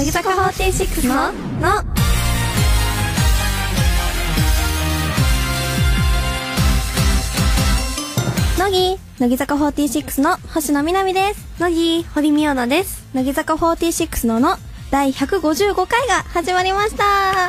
ぎ坂46の乃木坂46の星野みなみです。 乃木堀美央奈です。 乃木坂46の第155回が始まりました。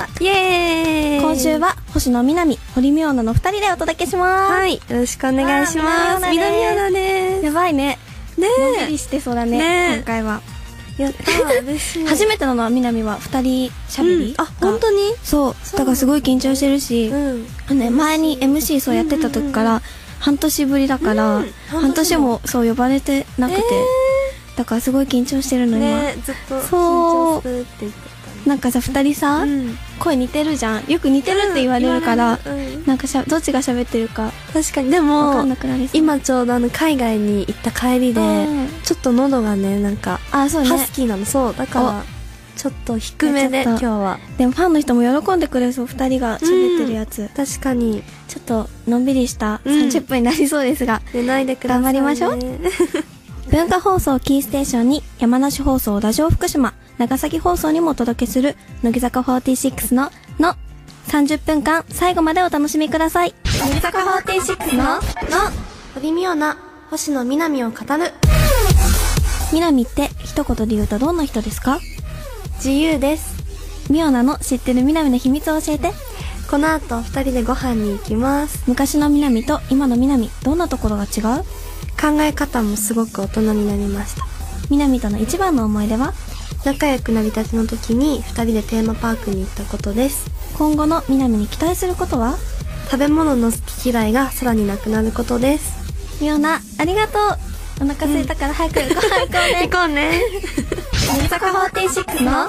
イエーイ。 今週は星野みなみ、堀美央奈の2人でお届けします。 はい、よろしくお願いします。みなみ央奈です。 やばいね。 ねのんびりしてそうだね、今回は。 やったー、嬉しい。 初めてなのはみなみは2人しゃべり、 あ、本当に？ そう、だからすごい緊張してるし、前に MC そうやってた時から半年ぶりだから、半年もそう呼ばれてなくて、だからすごい緊張してるの今。 ね、ずっと緊張するって言ってた。 なんかさ、2人さ、声似てるじゃん。よく似てるって言われるから、なんかどっちが喋ってるか確かに。でも分かんなくなりそう。 今ちょうど海外に行った帰りで、ちょっと喉がね、なんかハスキーなの。そうだからちょっと低めで今日は。 でもファンの人も喜んでくれそう、2人が喋ってるやつ。 確かにちょっとのんびりした30分になりそうですが、 寝ないでくださいね。 頑張りましょう。文化放送キーステーションに山梨放送ラジオ福島、長崎放送にもお届けする乃木坂46の30分間最後までお楽しみください。乃木坂46の堀美央奈、星野みなみを語る。 みなみって一言で言うとどんな人ですか？ 自由です。 みおなの知ってるみなみの秘密を教えて。 この後2人でご飯に行きます。 昔のみなみと今のみなみ、どんなところが違う？ 考え方もすごく大人になりました。 みなみとの一番の思い出は？ 仲良くなりたての時に2人でテーマパークに行ったことです。 今後のみなみに期待することは？ 食べ物の好き嫌いがさらになくなることです。 みおな、ありがとう。お腹空いたから早くご飯行こうね。 行こうね。 乃木坂46の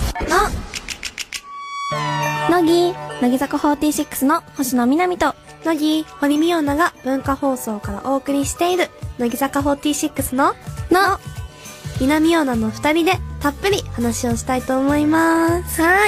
乃木坂46の星野みなみと乃木堀美央奈が文化放送からお送りしている乃木坂46の南央奈の2人でたっぷり話をしたいと思います。 はい。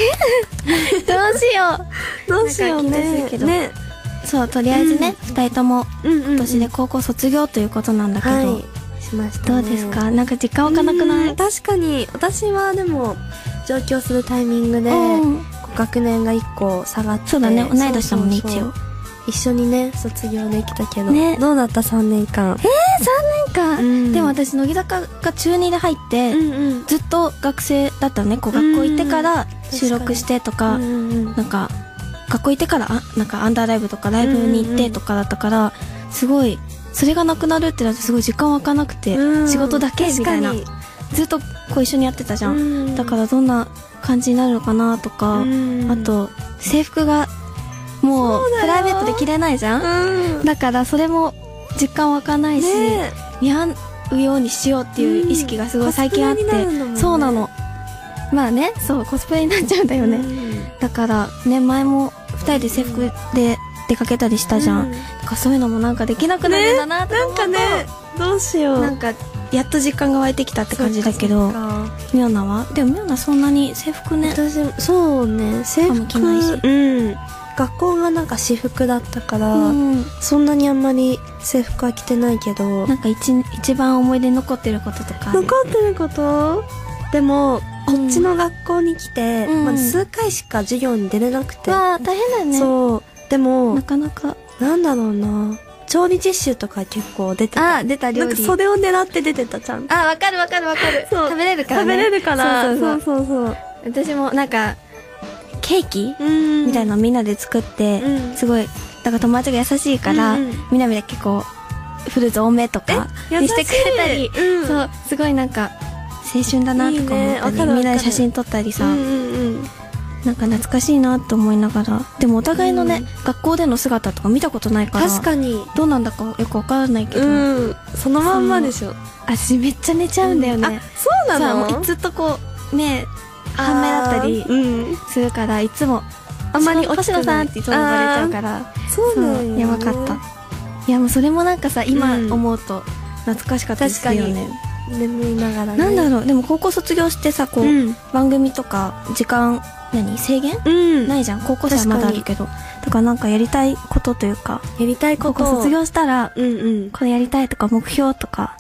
どうしようね。 そう、とりあえずね、2人とも今年で高校卒業ということなんだけど、 しましたね。 どうですか？なんか実感湧かなくない？ 確かに。私はでも上京するタイミングで学年が1個下がって、 そうだね、同い年だもんね。一応一緒にね卒業できたけど、どうだった3年間？ 3年間、でも私乃木坂が中2で入って、ずっと学生だったのね。学校行ってから収録してとか、なんか学校行ってからなんかアンダーライブとかライブに行ってとかだったから、すごいそれがなくなるってなってすごい時間湧かなくて、仕事だけみたいな、ずっとこう一緒にやってたじゃん。だからどんな感じになるのかなとか、あと制服がもうプライベートで着れないじゃん。だからそれも実感湧かないし、似合うようにしようっていう意識がすごい最近あって、そうなの。まあね、そうコスプレになっちゃうんだよね。だからね、前も2人で制服で出かけたりしたじゃん。だからそういうのもなんかできなくなるんだなって思うと、 どうしよう。 なんかやっと実感が湧いてきたって感じだけど、みおなは？でもみおなそんなに制服ね、 私そうね、制服着ないし、 学校がなんか私服だったから、そんなにあんまり制服は着てないけど、 なんか一番思い出に残ってることとかある？ 残ってること？でもこっちの学校に来て、数回しか授業に出れなくて、 大変だよね。 そう。でもなかなかなんだろうな、調理実習とか結構出てた。 出た料理。 なんかそれを狙って出てたちゃん。 わかる。食べれるからね。 食べれるから。 そう。私もなんかケーキみたいなのみんなで作って、すごいだから友達が優しいから、みなみだけこうフルーツ多めとかにしてくれたり、そうすごいなんか青春だなとか思ったり、みんなで写真撮ったりさ、なんか懐かしいなと思いながら、でもお互いのね、学校での姿とか見たことないから、 確かにどうなんだかよくわからないけど、 そのまんまでしょ。 私めっちゃ寝ちゃうんだよね。 そうなの？ もうずっとこうね、半目だったりするから、いつもあんまり星野さんっていつも呼ばれちゃうから、そうやばかった。いやもうそれもなんかさ、今思うと懐かしかったですよね。 眠いながらね。 なんだろう、でも高校卒業してさ、こう番組とか時間制限ないじゃん。高校生はまだあるけど、だからなんかやりたいことというか、高校卒業したらこれやりたいとか目標とか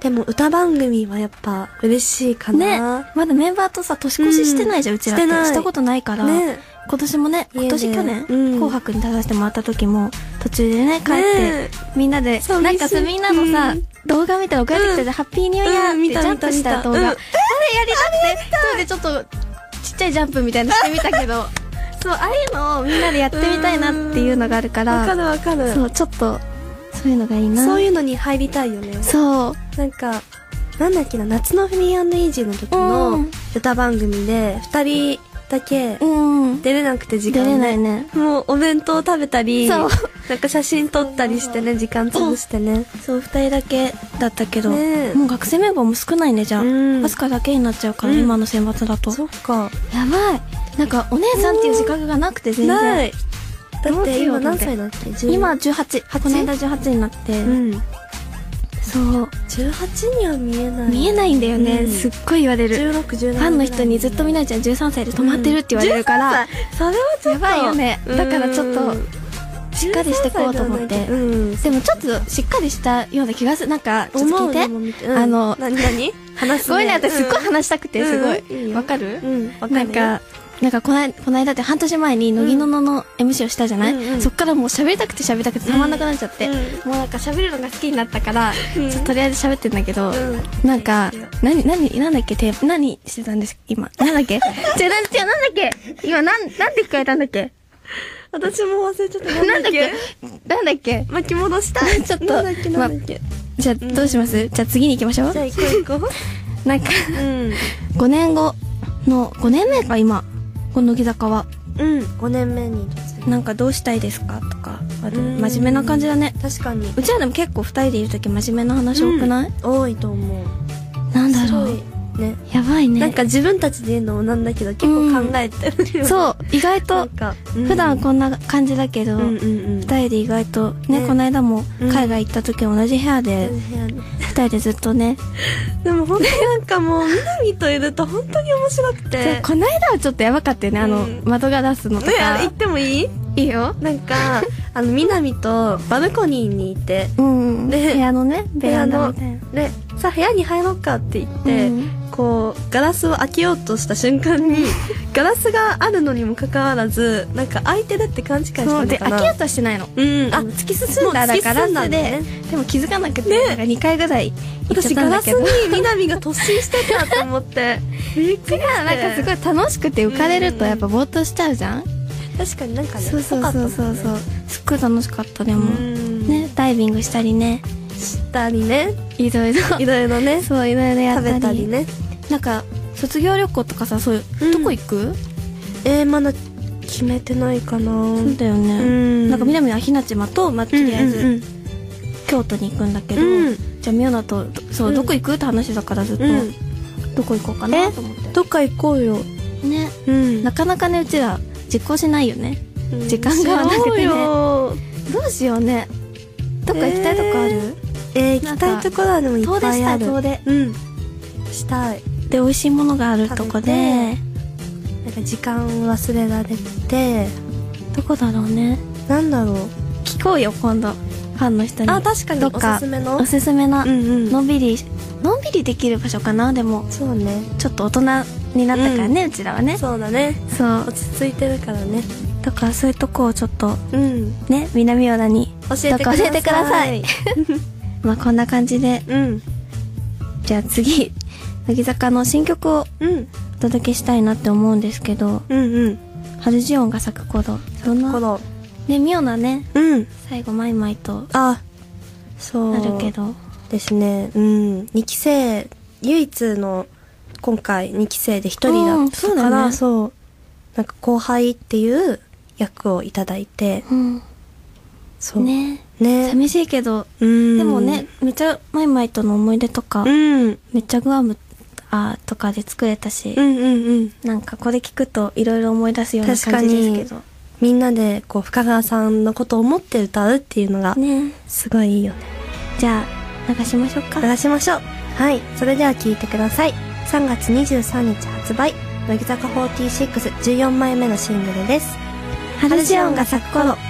でも歌番組はやっぱ嬉しいかな。 ね。まだメンバーとさ、年越ししてないじゃん、うちらって。したことないから。ね。今年もね、去年、紅白に出させてもらった時も、途中でね、帰って、みんなで、なんかみんなのさ、動画見たら送られてきて、ハッピーニューイヤーってジャンプした動画。あれやりたくて、それでちょっと、ちっちゃいジャンプみたいなしてみたけど、そう、ああいうのをみんなでやってみたいなっていうのがあるから、 わかるわかる。 そう、ちょっと、そういうのがいいな。 そういうのに入りたいよね。そう。なんか、なんだっけな、夏のフリー&イージーの時の歌番組で、2人だけ出れなくて時間で、出れないね。もうお弁当食べたり、なんか写真撮ったりしてね、時間潰してね。 そう、2人だけだったけど、もう学生メンバーも少ないね、じゃあ。アスカだけになっちゃうから、今の選抜だと。 そっか。 やばい。なんかお姉さんっていう自覚がなくて全然。ない。 だって今何歳だっけ？ 今18。この間18になって。そう。 18には見えない。 見えないんだよね。すっごい言われる。 16、17。 ファンの人にずっとみなちゃん13歳で止まってるって言われるから。 それはちょっと。 やばいよね。だからちょっと、しっかりしてこうと思って。でもちょっとしっかりしたような気がする。なんか、ちょっと聞いて。 何話すごめんね、私すっごい話したくて、すごい。わかる？なんかこの間って半年前に乃木のの MC をしたじゃない？そっからもう喋りたくてたまんなくなっちゃって。もうなんか喋るのが好きになったから、とりあえず喋ってんだけど、なんか、なんだっけ何してたんです今。なんだっけなんだっけ今なんて聞かれたんだっけ私も忘れちゃった。 なんだっけ巻き戻したちょっと、じゃあどうします？じゃあ次に行きましょう。 じゃあ行こう。 なんか、5年後の、5年目か今。この乃木坂は。 5年目に。 なんかどうしたいですかとか。真面目な感じだね。 確かに。 うちらでも結構2人でいるとき真面目な話多くない？ 多いと思う。 なんだろう。ね。やばいね。 なんか自分たちで言うのもなんだけど結構考えてるよ。 そう。意外と、普段こんな感じだけど、2人で意外と、ね、この間も海外行った時同じ部屋で、2人でずっとね。 でも本当になんかもう、みなみといると本当に面白くて。 この間はちょっとやばかったよね、窓ガラスのとか。 言ってもいい？ いいよ。 なんか、みなみとバルコニーにいて、 で、部屋のね、 部屋の、で、さあ部屋に入ろうかって言って、こう、ガラスを開けようとした瞬間に、ガラスがあるのにもかかわらず、なんか開いてるって勘違いしたのかな。 で、開けようとしてないの。突き進んだだからってで、でも気づかなくて、なんか2回ぐらい行っちゃったんだけど。 私ガラスにみなみが突進してたと思って。 びっくりした。なんかすごい楽しくて浮かれるとやっぱぼーっとしちゃうじゃん。 確かになんかね、 そう。すっごい楽しかった、でも。ね、ダイビングしたりね。いろいろね。そう、いろいろやったり。 食べたりね。 なんか、卒業旅行とかさ、そういう、どこ行く？ まだ決めてないかな。 そうだよね。なんか南はひなちまと、とりあえず、京都に行くんだけど、じゃあみおなと、そう、どこ行くって話だからずっと、どこ行こうかなと思って。 どっか行こうよ。 ね。なかなかね、うちら、実行しないよね。時間がなくてね。どうしようね。どっか行きたいとこある？ 行きたいところはでもいっぱいある。 遠出。 したい。 で、美味しいものがあるとこで、 なんか時間忘れられて、 どこだろうね。 なんだろう。 聞こうよ、今度。ファンの人に。 確かに。おすすめの？ おすすめな、のんびりできる場所かな、でも。 そうね。 ちょっと大人になったからね、うちらはね。 そうだね。 そう。 落ち着いてるからね。 だからそういうとこをちょっと、ね、南小田に教えてください。 まあこんな感じで、じゃあ次、乃木坂の新曲をお届けしたいなって思うんですけど、春ジオンが咲く頃、そんな、ね、ミオナね、最後マイマイと、 そう。 なるけど。 ですね、2期生、唯一の、今回2期生で1人だったから、そう。なんか後輩っていう役をいただいて、そう。 ね。寂しいけど、でもね、めっちゃマイマイとの思い出とか、めっちゃグアムとかで作れたし、なんかこれ聞くといろいろ思い出すような感じですけど。 みんなでこう深川さんのことを思って歌うっていうのが、すごいいいよね。 じゃあ、流しましょうか。 流しましょう。はい。それでは聴いてください。3月23日発売。乃木坂4614枚目のシングルです。 春ジオンが咲く頃。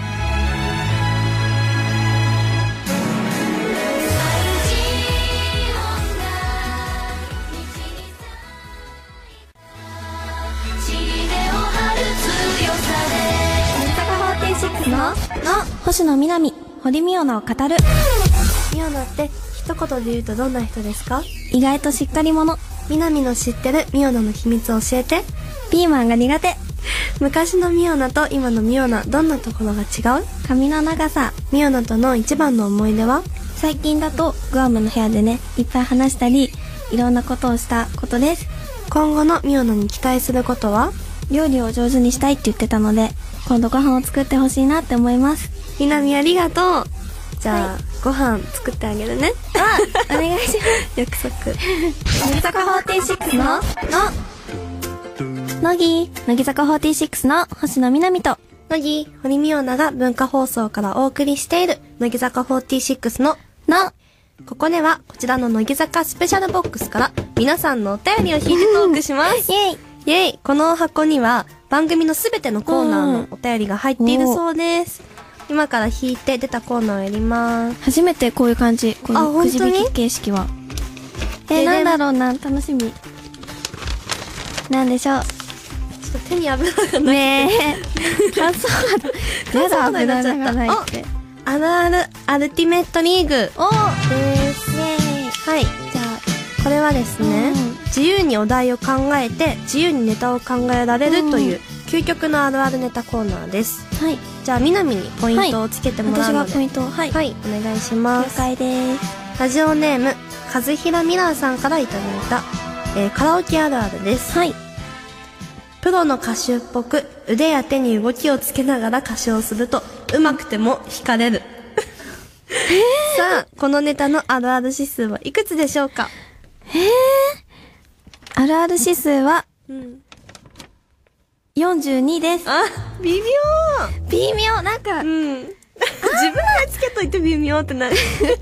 星野みなみ、堀美央奈を語る。 美央奈って一言で言うとどんな人ですか？ 意外としっかり者。 みなみの知ってる美央奈の秘密を教えて。 ピーマンが苦手。 昔の美央奈と今の美央奈、どんなところが違う？ 髪の長さ。 美央奈との一番の思い出は？ 最近だとグアムの部屋でね、いっぱい話したり、いろんなことをしたことです。 今後の美央奈に期待することは？ 料理を上手にしたいって言ってたので、今度ご飯を作ってほしいなって思います。 みなみありがとう。じゃあ、はい、ご飯作ってあげるね。 お願いします。 約束。 乃木坂46の乃木坂46の星野みなみと乃木堀美央奈が文化放送からお送りしている乃木坂46のここではこちらの乃木坂スペシャルボックスから皆さんのお便りを引いてトークします。 イエイイエイ。この箱には番組のすべてのコーナーのお便りが入っているそうです。今から引いて出たコーナーをやります。 初めてこういう感じ。このくじ引き形式は。なんだろうな、楽しみ。なんでしょう。 ちょっと手に油がない。 ねえ。乾燥肌。やだ、油がないって。 あるあるアルティメットリーグです。 イエーイ。 はい。じゃあ、これはですね、自由にお題を考えて、自由にネタを考えられるという、究極のあるあるネタコーナーです。 はい。 じゃあ、みなみにポイントをつけてもらうので。 私がポイントを。はい。 はい、お願いします。 了解です。 ラジオネーム、和平ミラーさんからいただいた、カラオケあるあるです。 はい。 プロの歌手っぽく腕や手に動きをつけながら歌唱すると上手くても惹かれる。さあ、このネタのあるある指数はいくつでしょうか？ あるある指数は、42です。 あ、微妙。 微妙、なんか、 自分でつけといて微妙ってなる。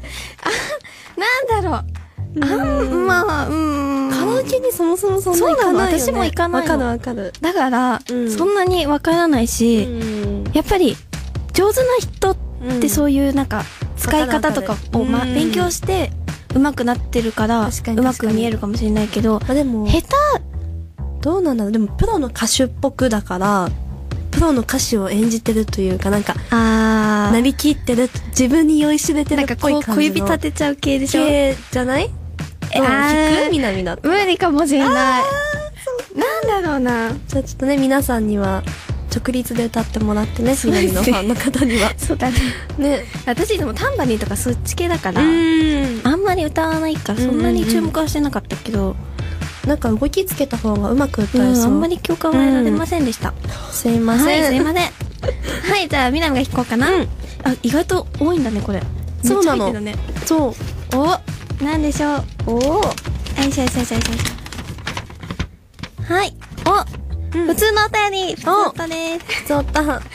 なんだろう。まあ、 カラオケにそもそもそんなに行かないよね。 私も行かないの。 わかる。 だから、そんなにわからないし、やっぱり、上手な人ってそういうなんか、使い方とかを勉強して、上手くなってるから、上手く見えるかもしれないけど、 でも、 下手、 どうなんだろう。でも、プロの歌手っぽくだから、プロの歌手を演じてるというか、なんか、なりきってる、自分に酔いしれてるっぽい感じの。 なんかこう、小指立てちゃう系でしょ？ 系じゃない？弾く？みなみだって。 無理かもしれない。なんだろうな。 じゃあちょっとね、皆さんには、直立で歌ってもらってね、みなみのファンの方には。 そうだね。ね。私でもタンバリンとかそっち系だから、あんまり歌わないから、そんなに注目はしてなかったけど、 なんか動きつけた方がうまく歌えそう。 あんまり共感は得られませんでした。 すいません。 はい、すいません。はい、じゃあ、みなみが弾こうかな。あ、意外と多いんだね、これ。 そうなの。 そう。お、なんでしょう。おお。よいしょよいしょよいしょよいしょ。はい。普通のお便り。普通です。 普通おた。 はい。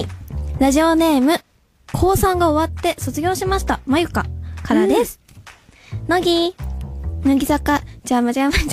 ラジオネーム、高3が終わって卒業しました。まゆかからです。乃木坂、じゃあ。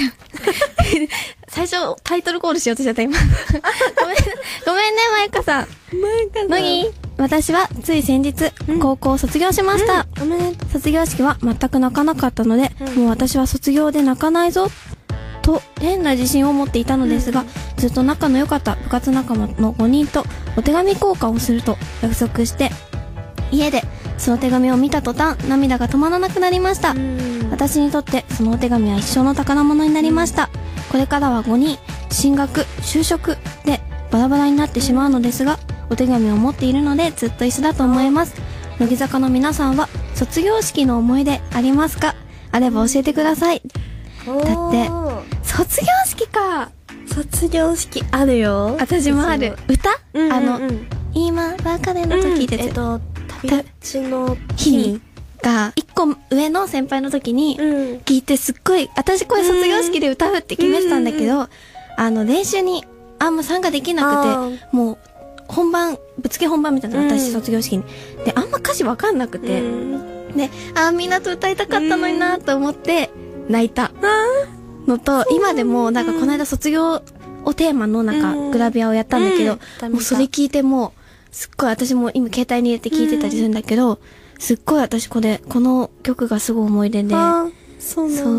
最初、タイトルコールしようとしちゃった、今。ごめんね、まゆかさん。乃木、私はつい先日、高校を卒業しました。卒業式は全く泣かなかったので、もう私は卒業で泣かないぞ、と変な自信を持っていたのですが、ずっと仲の良かった部活仲間の5人とお手紙交換をすると約束して、家でその手紙を見た途端、涙が止まらなくなりました。私にとってそのお手紙は一生の宝物になりました。これからは5人、進学、就職でバラバラになってしまうのですが、お手紙を持っているのでずっと一緒だと思います。乃木坂の皆さんは卒業式の思い出ありますか？あれば教えてください。だって、卒業式か。 卒業式あるよ。 私もある。歌？今、別れの時って旅立ちの日が、一個上の先輩の時に、聞いてすっごい、私これ卒業式で歌うって決めてたんだけど、練習にあんま参加できなくて、もう、ぶっつけ本番みたいな、私卒業式に。で、あんま歌詞わかんなくて、で、みんなと歌いたかったのになと思って、泣いたのと、今でもなんかこの間卒業をテーマのなんかグラビアをやったんだけど、もうそれ聞いてもすっごい私も今携帯に入れて聞いてたりするんだけど、すっごい私この曲がすごい思い出で、そう、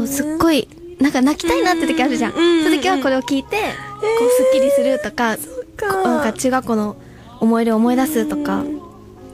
すっごいなんか泣きたいなって時あるじゃん。その時はこれを聞いて、こうスッキリするとか、なんか中学校の思い出を思い出すとか、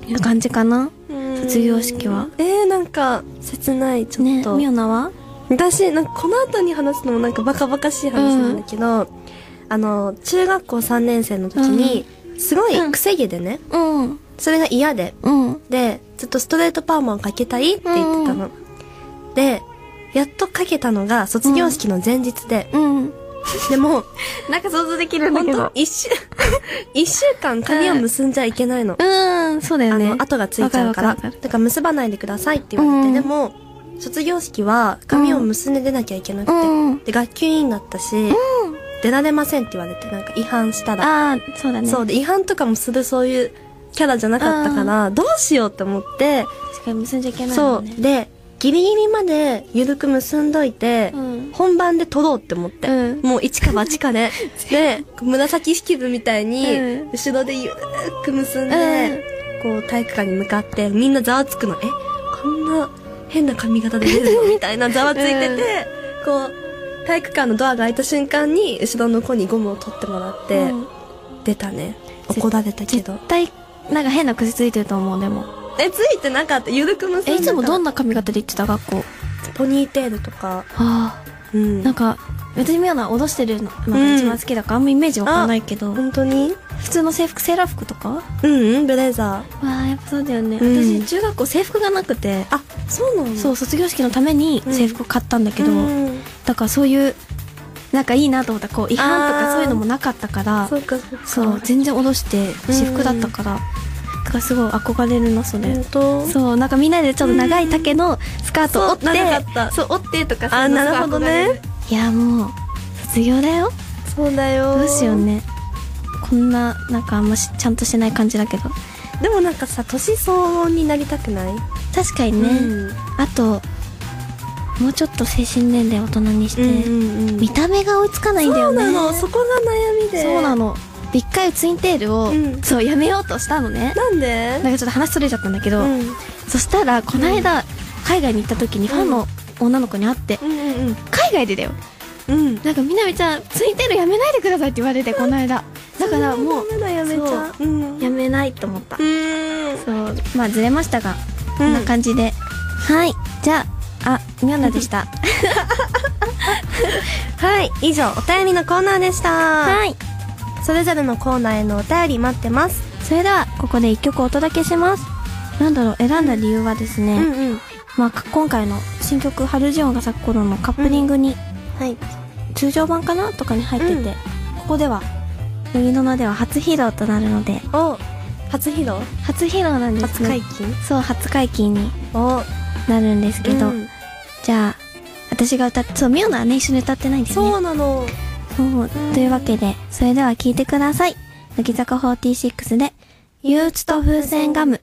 いう感じかな、卒業式は。 なんか切ない。ちょっとみおなは？ 私なんかこの後に話すのもなんかバカバカしい話なんだけど、中学校3年生の時にすごい癖毛でね、それが嫌で、でずっとストレートパーマをかけたいって言ってたの、でやっとかけたのが卒業式の前日で、でもなんか想像できるんだけど、 一週間髪を結んじゃいけないの。 そうだよね。 跡がついちゃうから。だから結ばないでくださいって言われて、でも、卒業式は髪を結んで出なきゃいけなくて、で、学級委員だったし、出られませんって言われて、なんか違反したら。 そうだね。 そうで、違反とかもするそういうキャラじゃなかったから、どうしようって思って、 確かに結んじゃいけないもんね。 そう。で、ギリギリまで緩く結んどいて、本番で撮ろうって思って、もう一か八かで、で、紫式部みたいに、後ろでゆるく結んで、こう体育館に向かってみんなざわつくの。こんな変な髪型で出るのみたいなざわついてて、こう体育館のドアが開いた瞬間に後ろの子にゴムを取ってもらって、出たね。怒られたけど。 絶対なんか変な癖ついてると思う。でもついてなかった。ゆるく結んでた。 いつもどんな髪型で行ってた？学校ポニーテールとか。 なんか私みよな脅してるのが一番好きだから、あんまイメージわかんないけど。 本当に？ 普通の制服、セーラー服とか？ ブレザー。 やっぱそうだよね。私中学校制服がなくて。 そうなの？ そう、卒業式のために制服を買ったんだけど、だからそういうなんかいいなと思った。こう違反とかそういうのもなかったから、そう全然脅して私服だったから、だからすごい憧れるなそれ。そうなんかみんなでちょっと長い丈のスカートを折って、そう折ってとか。 なるほどね。 いやもう卒業だよ。 そうだよ。 どうしようね。こんななんかあんまちゃんとしてない感じだけど。 でもなんかさ、年相応になりたくない？ 確かにね。あともうちょっと精神年齢大人にして、見た目が追いつかないんだよね。 そうなの。そこが悩みで。 そうなの。一回ツインテールを、そうやめようとしたのね。 なんで？ なんかちょっと話それちゃったんだけど、そしたらこの間、海外に行った時にファンの女の子に会って、海外でだよ。なんかみなみちゃんツインテールやめないでくださいって言われて、この間。だからもうやめないと思った。そうまあずれましたが、こんな感じで、はい。じゃあみおなでした。 はい、以上お便りのコーナーでした。はい。それぞれのコーナーへのお便り待ってます。 それではここで一曲お届けします。なんだろう、選んだ理由はですね、まあ今回の新曲春ジオンが咲く頃のカップリングに、通常版かなとかに入ってて、ここでは乃木の名では初披露となるので。 初披露？ 初披露なんですね。 初解禁？ そう、初解禁になるんですけど、じゃあ私が歌って、そう、みおなはね一緒に歌ってないんですね。 そうなの。 そうというわけで、それでは聴いてください。乃木坂46で憂鬱と風船ガム。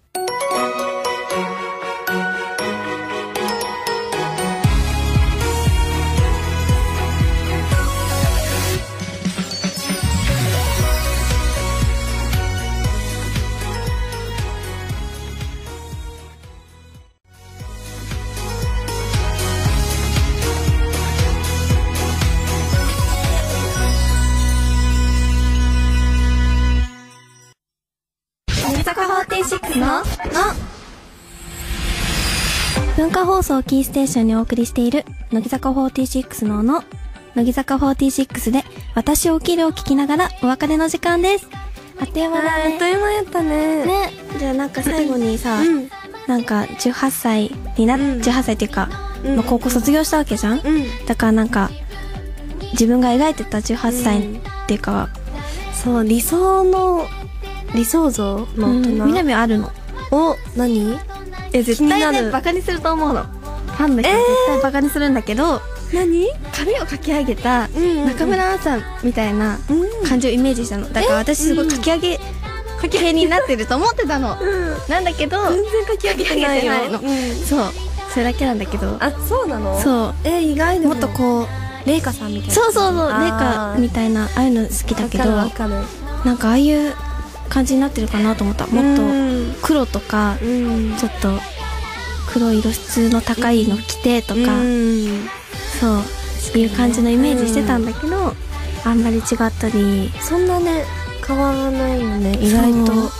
文化放送キーステーションにお送りしている乃木坂46の乃木坂46で私を起きるを聞きながらお別れの時間です。あっという間だね。 あっという間やったね。 ね。じゃあなんか最後にさ、なんか18歳に18歳っていうか、まあ、高校卒業したわけじゃん、だからなんか自分が描いてた18歳っていうか、 そう、理想像の大人。 みなみはあるの？ 何？ 絶対ね、バカにすると思うの。ファンの人は絶対バカにするんだけど、 何？ 髪をかき上げた中村アンさんみたいな感じをイメージしたの。だから私すごいかき上げになってると思ってたの。なんだけど、 全然かき上げてないの。 そう、それだけなんだけど。 あ、そうなの？ そう。 意外でも。 もっとこう、 レイカさんみたいな。 そう、レイカみたいな、ああいうの好きだけど、なんかああいう感じになってるかなと思った。もっと黒とか、ちょっと黒い露出の高いの着てとか、そういう感じのイメージしてたんだけど、あんまり違ったり。 そんなね、変わらないよね、意外と。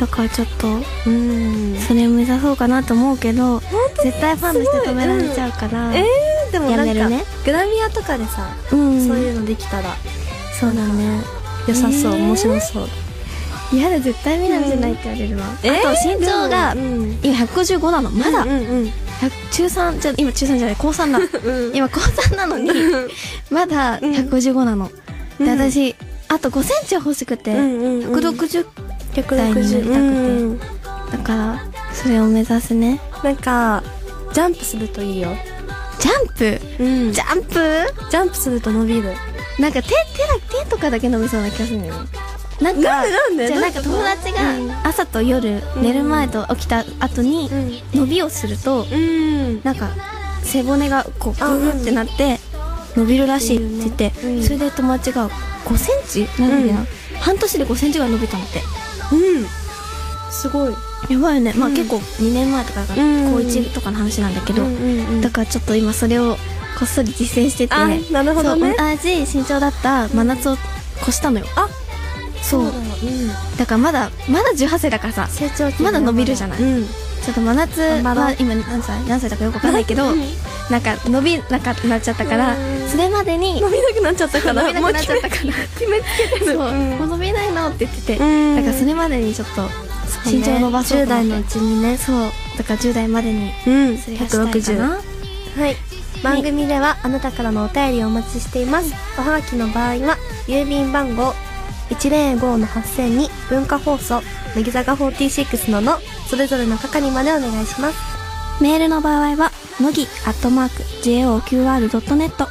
だからちょっとそれを目指そうかなと思うけど、絶対ファンの人止められちゃうから、 でもなんかグラビアとかでさ、そういうのできたら、 そうだね、 良さそう、面白そう。 嫌だ、絶対みなみじゃないって言われるわ。あと身長が今155なの、まだ中3じゃ、今中3じゃない、高3なの今高3なのにまだ155なので、私あと5センチ欲しくて160台になりたくて、だからそれを目指すね。 なんかジャンプするといいよ。 ジャンプジャンプすると伸びる。 なんか手とかだけ伸びそうな気がするんだよね。なんかじゃあなんか友達が朝と夜寝る前と起きた後に伸びをすると、なんか背骨がこうグーってなって伸びるらしいって言って、それで友達が5センチなんだっけな、半年で5センチが伸びたのって。 すごいやばいよね。まあ結構2年前とか高1とかの話なんだけど、だからちょっと今それをこっそり実践してて、 なるほどね。 同じ身長だった真夏を越したのよ。そうだからまだ18歳だからさ、まだ伸びるじゃない。ちょっと真夏は今何歳だかよくわかんないけど、なんか伸びなくなっちゃったから、それまでに伸びなくなっちゃったから決めつけてる。もう伸びないのって言ってて、だからそれまでにちょっと身長伸ばそうと思って、10代のうちにね。そうだから10代までにすりしたいかな。 はい、番組ではあなたからのお便りをお待ちしています。おはがきの場合は郵便番号105-8000に文化放送乃木坂46のそれぞれの係までお願いします。 メールの場合は乃木@joqr.net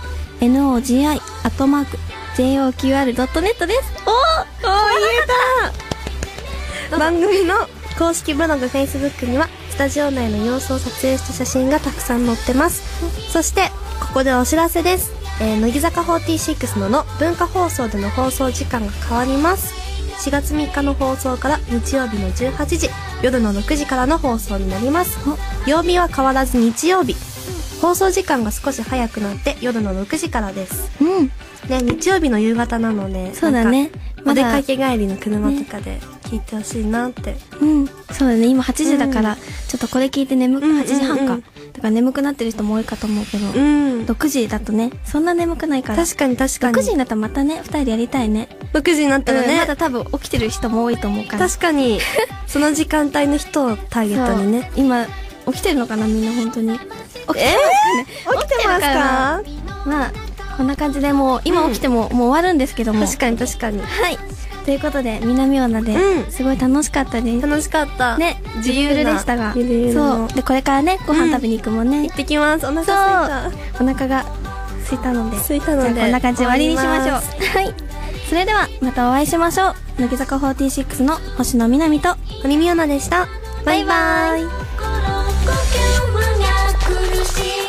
nogi@joqr.net です。 言えた番組の公式ブログ Facebook にはスタジオ内の様子を撮影した写真がたくさん載ってます。そしてここでお知らせです。乃木坂46の文化放送での放送時間が変わります。4月3日の放送から日曜日の18時、夜の6時からの放送になります。曜日は変わらず日曜日。放送時間が少し早くなって夜の6時からです。ね、日曜日の夕方なので、 そうだね。 お出かけ帰りの車とかで聞いてほしいなって。 そうだね。今8時だから、ちょっとこれ聞いて8時半か。だから眠くなってる人も多いかと思うけど、6時だとね、そんな眠くないから。 確かに。 6時になったらまたね、2人でやりたいね。 6時になったらね。 まだ多分起きてる人も多いと思うから。 確かに。その時間帯の人をターゲットにね。 今、起きてるのかなみんな本当に。起きてますかね。 起きてますか？ まあ、こんな感じでもう、今起きてももう終わるんですけども。 確かに。 はい。ということで、南オナで、すごい楽しかったです。 楽しかった。 ね、自由でしたが。そう。で、これからね、ご飯食べに行くもんね。 行ってきます。お腹すいた。 お腹が空いたので。 じゃあこんな感じで終わりにしましょう。はい。それでは、またお会いしましょう。乃木坂46の星野みなみと、 堀美央奈でした。バイバイ。 心呼吸が苦しい